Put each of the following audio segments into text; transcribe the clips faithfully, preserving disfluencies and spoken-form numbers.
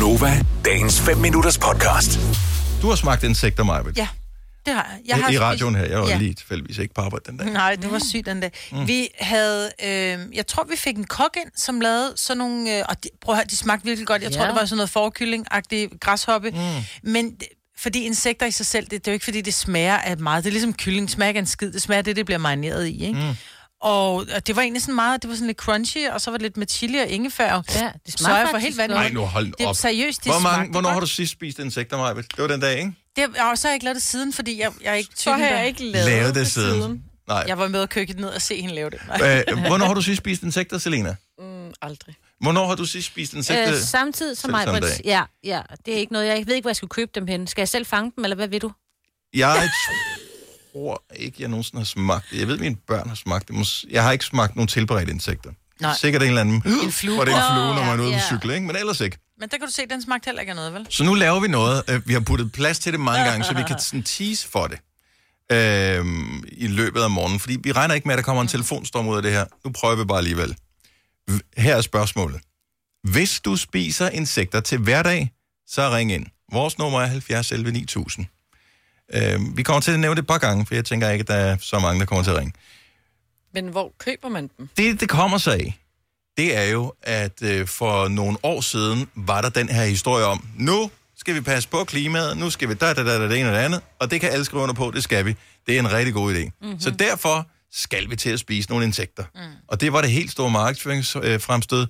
Gonova, dagens fem minutters podcast. Du har smagt insekter, Majbet. Ja, det har jeg. jeg har I radioen her. Jeg var ja. lige tilfældigvis ikke på arbejde den dag. Nej, det var sygt den dag. Mm. Vi havde, øh, jeg tror, vi fik en kok ind, som lavede sådan nogle, øh, og de, prøv at høre, de smagte virkelig godt. Jeg ja. tror, det var sådan noget forkylling-agtig græshoppe. Mm. Men fordi insekter i sig selv, det, det er jo ikke, fordi det smager af meget. Det er ligesom kylling, smager af en skid. Det smager af det, det bliver marineret i, ikke? Mm. Og, og det var egentlig sådan meget, det var sådan lidt crunchy, og så var det lidt med chili og ingefær. Ja, det smager for helt vanvittigt. Nej, nu hold op. Det, seriøst, det Hvor mange, hvornår godt. har du sidst spist insekter, Majbet? Det var den dag, ikke? Det, og så har jeg ikke lavet det siden, fordi jeg, jeg er ikke typen, Så har jeg der- ikke lavet, Lavet det siden. siden. Nej. Jeg var med at køkke ned og se hende lave det. Nej. Øh, hvornår har du sidst spist insekter, Selena? Mm, aldrig. Hvornår har du sidst spist insekter? Øh, samtidig som Selv mig, samme Britt. dag. Ja, ja, det er ikke noget. Jeg ved ikke, hvor jeg skulle købe dem hen. Skal jeg selv fange dem, eller hvad vil du? Jeg tror ikke, jeg nogensinde har smagt det. Jeg ved, at mine børn har smagt det. Mås- Jeg har ikke smagt nogen tilberedte insekter. Nej. Sikkert en eller anden... En flue. Hvor det er en flue, Nå, når man er ude ja, på ja. cykel, ikke? Men ellers ikke. Men der kan du se, den smagte heller ikke af noget, vel? Så nu laver vi noget. Øh, Vi har puttet plads til det mange gange, så vi kan sådan tease for det øh, i løbet af morgenen. Fordi vi regner ikke med, at der kommer en telefonstorm ud af det her. Nu prøver vi bare alligevel. Her er spørgsmålet. Hvis du spiser insekter til hverdag, så ring ind. Vores nummer er halvfjerds elleve ni tusind. Øh, vi kommer til at nævne det et par gange, for jeg tænker ikke, at der er så mange, der kommer til at ringe. Men hvor køber man dem? Det, det kommer sig af, det er jo, at øh, for nogle år siden var der den her historie om, nu skal vi passe på klimaet, nu skal vi da, da, da, da, det ene og det andet, og det kan alle skrive under på, det skal vi. Det er en rigtig god idé. Mm-hmm. Så derfor skal vi til at spise nogle insekter. Mm. Og det var det helt store markedsføringsfremstød.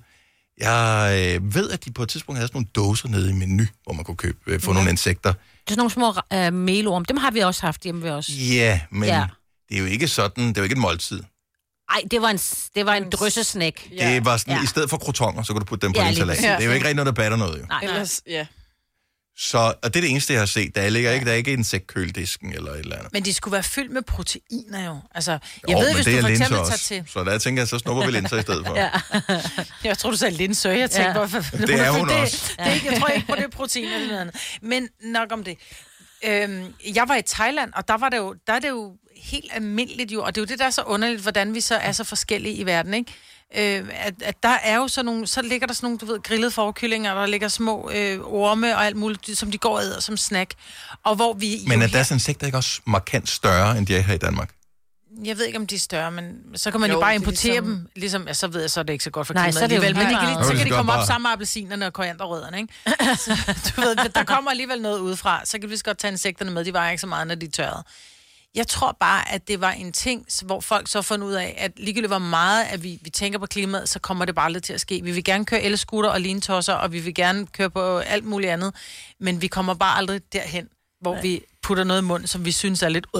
Jeg øh, ved, at de på et tidspunkt havde sådan nogle dåser nede i Menu, hvor man kunne købe, øh, få mm. nogle insekter. Det er sådan nogle små øh, melorm. Dem har vi også haft hjemme ved os. Ja, men Ja. det er jo ikke sådan, det er jo ikke et måltid. Ej, det var en, det var en drøssesnæk. Ja. Det var sådan, Ja. i stedet for croutons, så kunne du putte dem på Ja, din lige salat. præcis. Det er jo ikke rigtig noget, der batter noget, jo. Nej, Ellers, ja. Så, og det er det eneste, jeg har set. Der ligger ikke, der er ikke insektkøledisken eller et eller andet. Men de skulle være fyldt med proteiner jo. Altså, jeg Jo, ved, men hvis det du er for linser eksempel også. tager til... Så der tænker jeg, så snupper vi linser i stedet for. Ja. Jeg tror, du sagde linser. Jeg tænkte, Ja. hvorfor... Det er hun det, også. Det, det, jeg tror ikke på, det er proteiner eller noget andet. Men nok om det. Øhm, jeg var i Thailand, og der var det jo, der er det jo helt almindeligt jo, og det er jo det, der er så underligt, hvordan vi så er så forskellige i verden, ikke? Øh, at, at der er jo sådan nogle, så ligger der sådan nogle, du ved, grillede forkyllinger, og der ligger små øh, orme og alt muligt, som de går og æder som snack. Og hvor vi Men jo er deres insekter ikke også markant større, end de er her i Danmark? Jeg ved ikke, om de er større, men så kan man jo, Jo, jo bare det er importere ligesom- dem. Ligesom, ja, så ved jeg, så er det ikke så godt for Nej, klimaet så er det jo alligevel. Men de kan, meget- lige- så Nå, kan det de komme gør op bare- sammen med appelsinerne og korianderrødderne, ikke? Så, du ved, der kommer alligevel noget udefra. Så kan vi godt tage insekterne med. De vejer ikke så meget, når de er tørrede. Jeg tror bare, at det var en ting, hvor folk så fandt ud af, at ligegyldigt hvor meget, at vi, vi tænker på klimaet, så kommer det bare aldrig til at ske. Vi vil gerne køre elskutter og lintosser, og vi vil gerne køre på alt muligt andet, men vi kommer bare aldrig derhen, hvor Nej. vi putter noget i munden, som vi synes er lidt ud.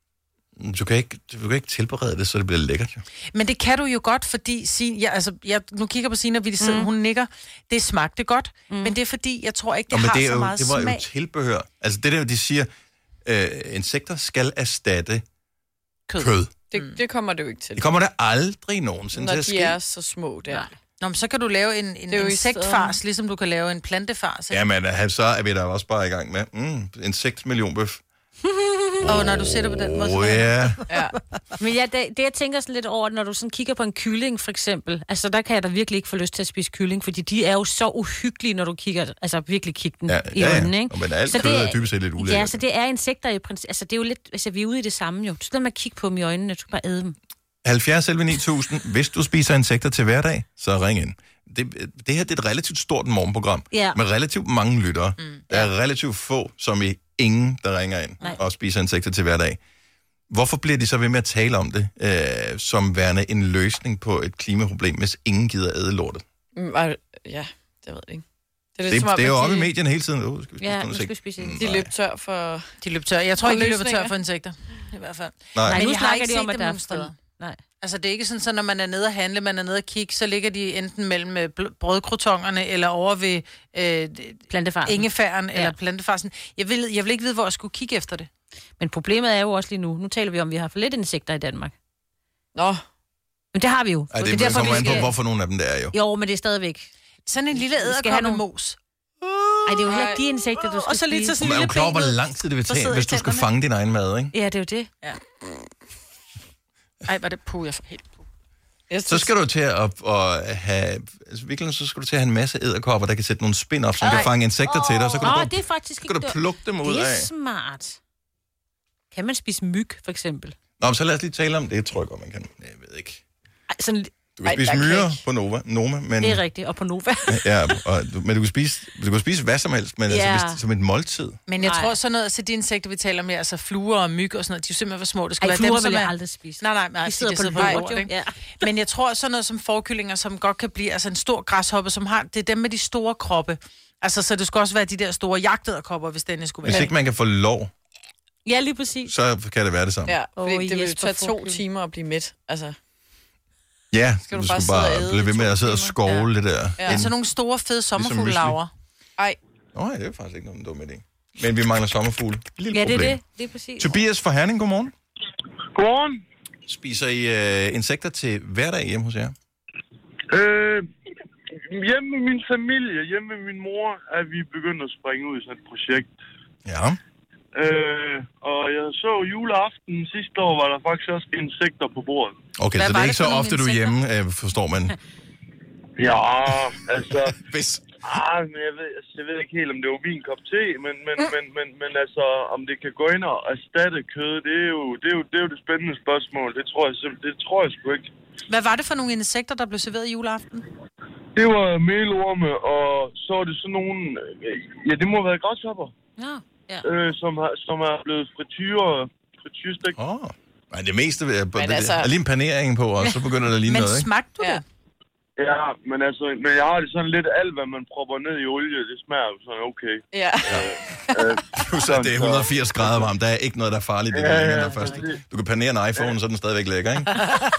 Du kan, ikke, du kan ikke tilberede det, så det bliver lækkert, jo. Men det kan du jo godt, fordi Signe, ja, altså, jeg nu kigger på Signe, og vi sidder, mm. hun nikker. Det smagte godt, mm. men det er fordi, jeg tror ikke, det Nå, men har det, er så jo, meget det var smag. jo tilbehør. Altså det der, de siger, øh, insekter skal erstatte kød. kød. Det, det kommer det jo ikke til. Det kommer der aldrig nogensinde Når til at de ske. er så små der. Nej. Nå, men så kan du lave en, en Det er jo i insektfars, ligesom du kan lave en plantefars. Ikke? Jamen, øh, så er vi da også bare i gang med mm, insektmillionbøf. Og når du sætter på den måde, så Åh, er det- ja. Ja. Men ja, det, det jeg tænker sådan lidt over, når du sådan kigger på en kylling for eksempel, altså der kan jeg da virkelig ikke få lyst til at spise kylling, fordi de er jo så uhyggelige, når du kigger, altså virkelig kigger den Ja, i ja, ja. øjnene, ikke? Men alt Så kød det er dybest set lidt ulækkert. Ja, så det er insekter i princippet, altså det er jo lidt, altså vi er ude i det samme jo. Du skal man kigge på dem i øjnene, du skal bare æde dem. halvfjerds elleve ni tusind. Hvis du spiser insekter til hverdag, så ring ind. Det, det her det er et relativt stort morgenprogram, Ja. med relativt mange lyttere. Mm. Der er relativt få, som i ingen, der ringer ind Nej. og spiser insekter til hverdag. Hvorfor bliver de så ved med at tale om det, øh, som værende en løsning på et klimaproblem, hvis ingen gider æde lortet? Mm, og- Ja, det ved jeg ikke. Det er, Det, lidt, som om, det er jo at oppe i de, medierne hele tiden. Oh, skal vi spise Ja, noget nu skal vi insekt? spise Mm, insekt. de nej. løb tør for... De løber tør. Jeg tror Og ikke, de løber tør løsninger. for insekter. I hvert fald. Nej. Nej, Men nu jeg har snakker ikke de om, set at dem der er nogen steder. Nej. Altså, det er ikke sådan, så når man er nede og handle, man er nede og kigge, så ligger de enten mellem øh, bl- brødkrotongerne, eller over ved øh, Plantefarsen. ingefæren, ja. Ja. eller plantefarsen. Jeg vil, jeg vil ikke vide, hvor jeg skulle kigge efter det. Men problemet er jo også lige nu, nu taler vi om, at vi har for lidt insekter i Danmark. Nå, Men det har vi jo. Ej, det, er det derfor, kommer vi an på, skal- hvorfor nogle af dem der er jo. Jo, men det er stadigvæk. Sådan en lille skal have æderkoppe nogle- mos. Ej, det er jo heller ikke de insekter, du skal Og så lige spise. så sådan Man er jo lille klar over, hvor ben ud. lang tid det vil Der tage, sidder hvis i du skal tænderne. fange din egen mad, ikke? Ja, det er jo det. Ja. Ej, var det puh, jeg får helt puh. Jeg Så skal du til at, at have... Altså virkelig, så skal du til at have en masse edderkopper, der kan sætte nogle spin op, som Ej. kan fange insekter oh. til dig. Så kan Åh, du, oh, gå, det er faktisk så kan ikke du plukke dem ud Det af. er smart. Kan man spise myg, for eksempel? Nå, men så lad os lige tale om det. Jeg tror jeg godt, man kan. Jeg ved ikke. Ej, sådan, Du kan Ej, spise der kan myrer ikke. på Nova, Noma, men... det er rigtigt, og på Nova. Ja, og, du- men du kan, spise, du kan spise hvad som helst, men Ja. altså, hvis, som et måltid. Men jeg Nej. tror sådan noget, altså de insekter, vi taler om, altså fluer og myg og sådan noget, de er jo simpelthen for små. Det skal Ej, være fluer dem, vil som jeg er... aldrig spise. Nej, nej, nej, De sidder de på sidder en på bord, bordet, jo. ikke? Ja. Men jeg tror sådan noget som forkyllinger, som godt kan blive, altså en stor græshoppe, som har, det er dem med de store kroppe. Altså, så det skal også være de der store jagtederkopper, hvis den skulle være. Hvis ikke man kan få lov, Ja, lige præcis. så kan det være det samme. Ja, fordi Åh, det vil jo Jesper tage to Fogel. timer at blive mæt. Altså, Ja, Skal du du bare skal sidde og bare æde blive ved i med to at sidde og timer? skovle det der. Ja. ind. Så nogle store, fede sommerfuglelaver. ej. Nå, ja, det er faktisk ikke nogen dum idé. Men vi mangler sommerfugle. Lille Ja, det er problem. det. Det er præcis. Tobias fra Herning, godmorgen. Godmorgen. Spiser I øh, insekter til hverdag hjemme hos jer? Øh, hjemme med min familie, hjemme med min mor, er vi begyndt at springe ud i sådan et projekt. Ja. Øh, og jeg så juleaften sidste år, var der faktisk også insekter på bordet. Okay, Hvad så det var er det ikke for så nogle ofte, du er hjemme, øh, forstår man. Ja, altså... Hvis. Ah, men jeg ved, altså, jeg ved ikke helt, om det var min kop te, men, men, mm. men, men, men altså, om det kan gå ind og erstatte kød, det er jo det, er jo, det, er jo det spændende spørgsmål. Det tror jeg simpelthen, det tror jeg sgu ikke. Hvad var det for nogle insekter, der blev serveret juleaften? Det var melorme, og så er det sådan nogle... øh, Ja, det må have været græshopper, Nå, ja. øh, som, har, som er blevet frityre, frityrestegt. Åh. Oh. Nej, det meste er, Men det, altså- er lige en panering på, og så begynder der lige Men noget, ikke? smagte du Ja. det? Ja, men altså, men jeg har det sådan lidt alt, hvad man propper ned i olie, det smager jo sådan okay. Ja. Øh, Plus, at det er et hundrede og firs grader varmt. Der er ikke noget, der er farligt. Det Ja, er ja, ja, først. Du kan panere en iPhone, så er den stadigvæk lækker, ikke?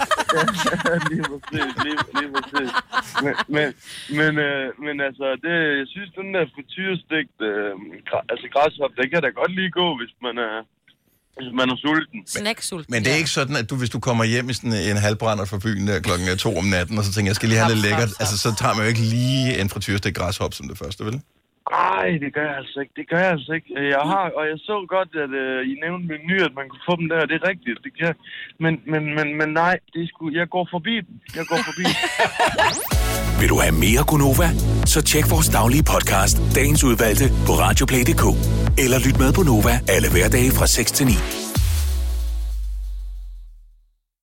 lige præcis, lige, lige præcis. Men, men, men, øh, men altså, det, jeg synes, den der frityrestegt, øh, græ- altså græshop, det kan da godt lige gå, hvis man er, hvis man er sulten. Snacksult. Men det er ikke sådan, at du, hvis du kommer hjem i sådan en halvbrænder fra byen der klokken to om natten, og så tænker jeg, jeg skal lige have lidt lækkert. Altså, så tager man jo ikke lige en frityrestegt græshop som det første, vel? Nej, det gør jeg altså ikke. Det gør jeg altså ikke. Jeg har, og jeg så godt, at øh, I nævnte menu, at man kunne få dem der. Det er rigtigt. Det kan, men, men, men, men nej, det er sgu, jeg går forbi dem. Jeg går forbi dem. Vil du have mere Gunova? Så tjek vores daglige podcast, dagens udvalgte, på radioplay punktum d k. Eller lyt med på Nova alle hverdage fra seks til ni.